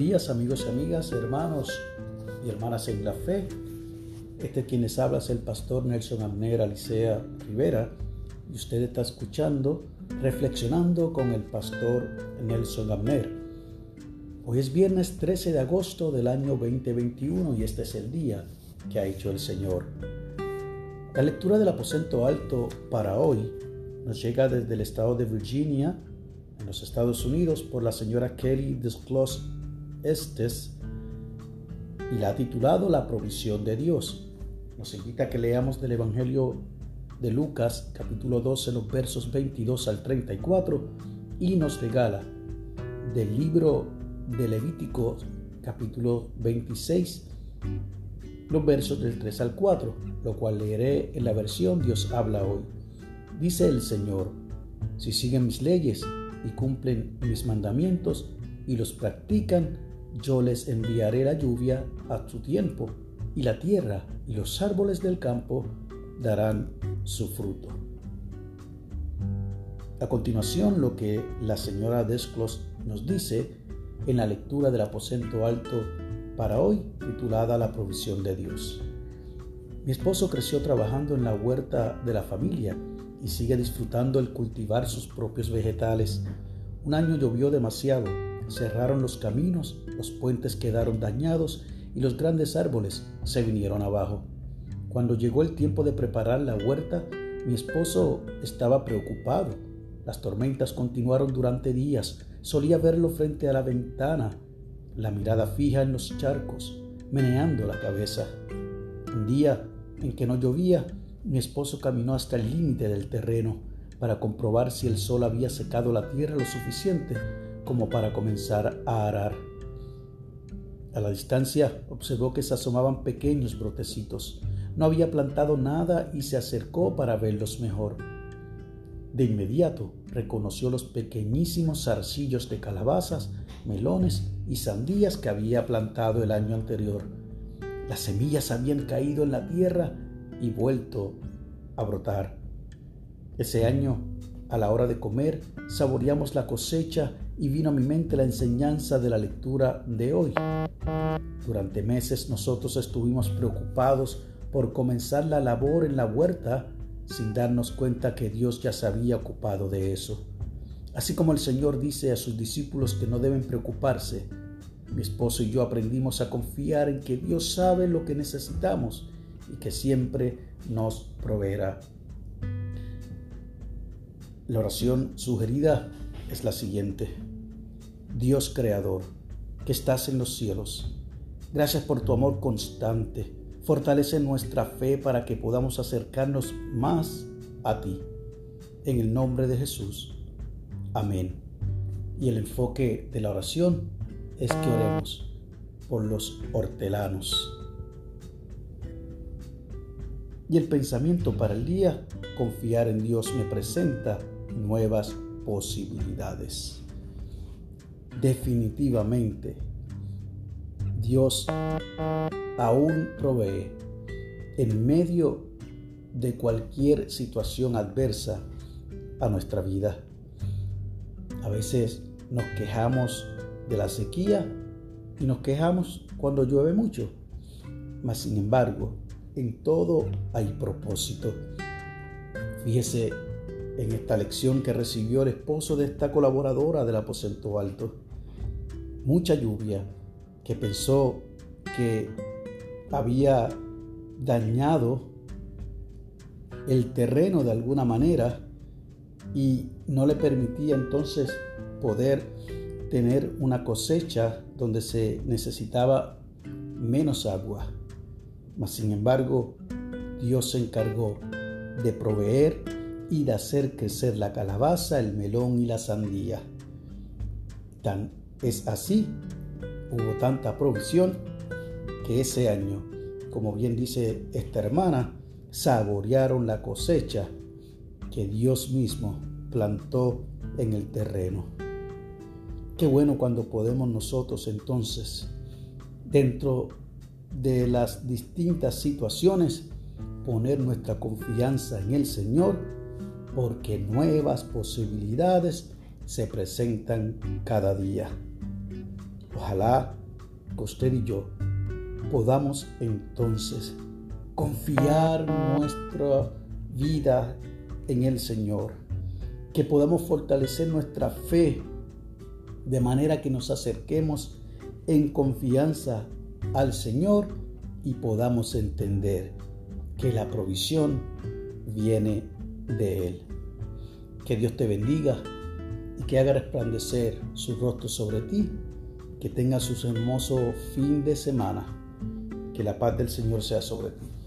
días, amigos y amigas, hermanos y hermanas en la fe. Quien les habla es el pastor Nelson Abner Alicea Rivera y usted está escuchando Reflexionando con el pastor Nelson Abner. Hoy es viernes 13 de agosto del año 2021 y este es el día que ha hecho el Señor. La lectura del aposento alto para hoy nos llega desde el estado de Virginia, en los Estados Unidos, por la señora Kelly Desclos Estes, y la ha titulado La provisión de Dios. Nos invita a que leamos del Evangelio de Lucas, capítulo 12, los versos 22 al 34, y nos regala del libro de Levítico, capítulo 26, los versos del 3 al 4, lo cual leeré en la versión Dios habla hoy. Dice el Señor: si siguen mis leyes y cumplen mis mandamientos y los practican, yo les enviaré la lluvia a su tiempo, y la tierra y los árboles del campo darán su fruto. A continuación, lo que la señora Desclos nos dice en la lectura del aposento alto para hoy, titulada La provisión de Dios. Mi esposo creció trabajando en la huerta de la familia y sigue disfrutando el cultivar sus propios vegetales. Un año llovió demasiado, cerraron los caminos, los puentes quedaron dañados y los grandes árboles se vinieron abajo. Cuando llegó el tiempo de preparar la huerta, mi esposo estaba preocupado. Las tormentas continuaron durante días. Solía verlo frente a la ventana, la mirada fija en los charcos, meneando la cabeza. Un día en que no llovía, mi esposo caminó hasta el límite del terreno para comprobar si el sol había secado la tierra lo suficiente como para comenzar a arar. A la distancia observó que se asomaban pequeños brotecitos. No había plantado nada y se acercó para verlos mejor. De inmediato reconoció los pequeñísimos zarcillos de calabazas, melones y sandías que había plantado el año anterior. Las semillas habían caído en la tierra y vuelto a brotar. Ese año, a la hora de comer, saboreamos la cosecha y vino a mi mente la enseñanza de la lectura de hoy. Durante meses nosotros estuvimos preocupados por comenzar la labor en la huerta sin darnos cuenta que Dios ya se había ocupado de eso. Así como el Señor dice a sus discípulos que no deben preocuparse, mi esposo y yo aprendimos a confiar en que Dios sabe lo que necesitamos y que siempre nos proveerá. La oración sugerida es la siguiente: Dios creador, que estás en los cielos, gracias por tu amor constante. Fortalece nuestra fe para que podamos acercarnos más a ti. En el nombre de Jesús. Amén. Y el enfoque de la oración es que oremos por los hortelanos. Y el pensamiento para el día: confiar en Dios me presenta nuevas posibilidades. Definitivamente, Dios aún provee en medio de cualquier situación adversa a nuestra vida. A veces nos quejamos de la sequía y nos quejamos cuando llueve mucho. Mas sin embargo, en todo hay propósito. Fíjese en esta lección que recibió el esposo de esta colaboradora del aposento alto. Mucha lluvia que pensó que había dañado el terreno de alguna manera y no le permitía entonces poder tener una cosecha donde se necesitaba menos agua. Mas sin embargo, Dios se encargó de proveer y de hacer crecer la calabaza, el melón y la sandía. Tan es así, hubo tanta provisión que ese año, como bien dice esta hermana, saborearon la cosecha que Dios mismo plantó en el terreno. Qué bueno cuando podemos nosotros entonces, dentro de las distintas situaciones, poner nuestra confianza en el Señor, porque nuevas posibilidades se presentan cada día. Ojalá que usted y yo podamos entonces confiar nuestra vida en el Señor, que podamos fortalecer nuestra fe de manera que nos acerquemos en confianza al Señor y podamos entender que la provisión viene de Él. Que Dios te bendiga y que haga resplandecer su rostro sobre ti, que tengas un hermoso fin de semana, que la paz del Señor sea sobre ti.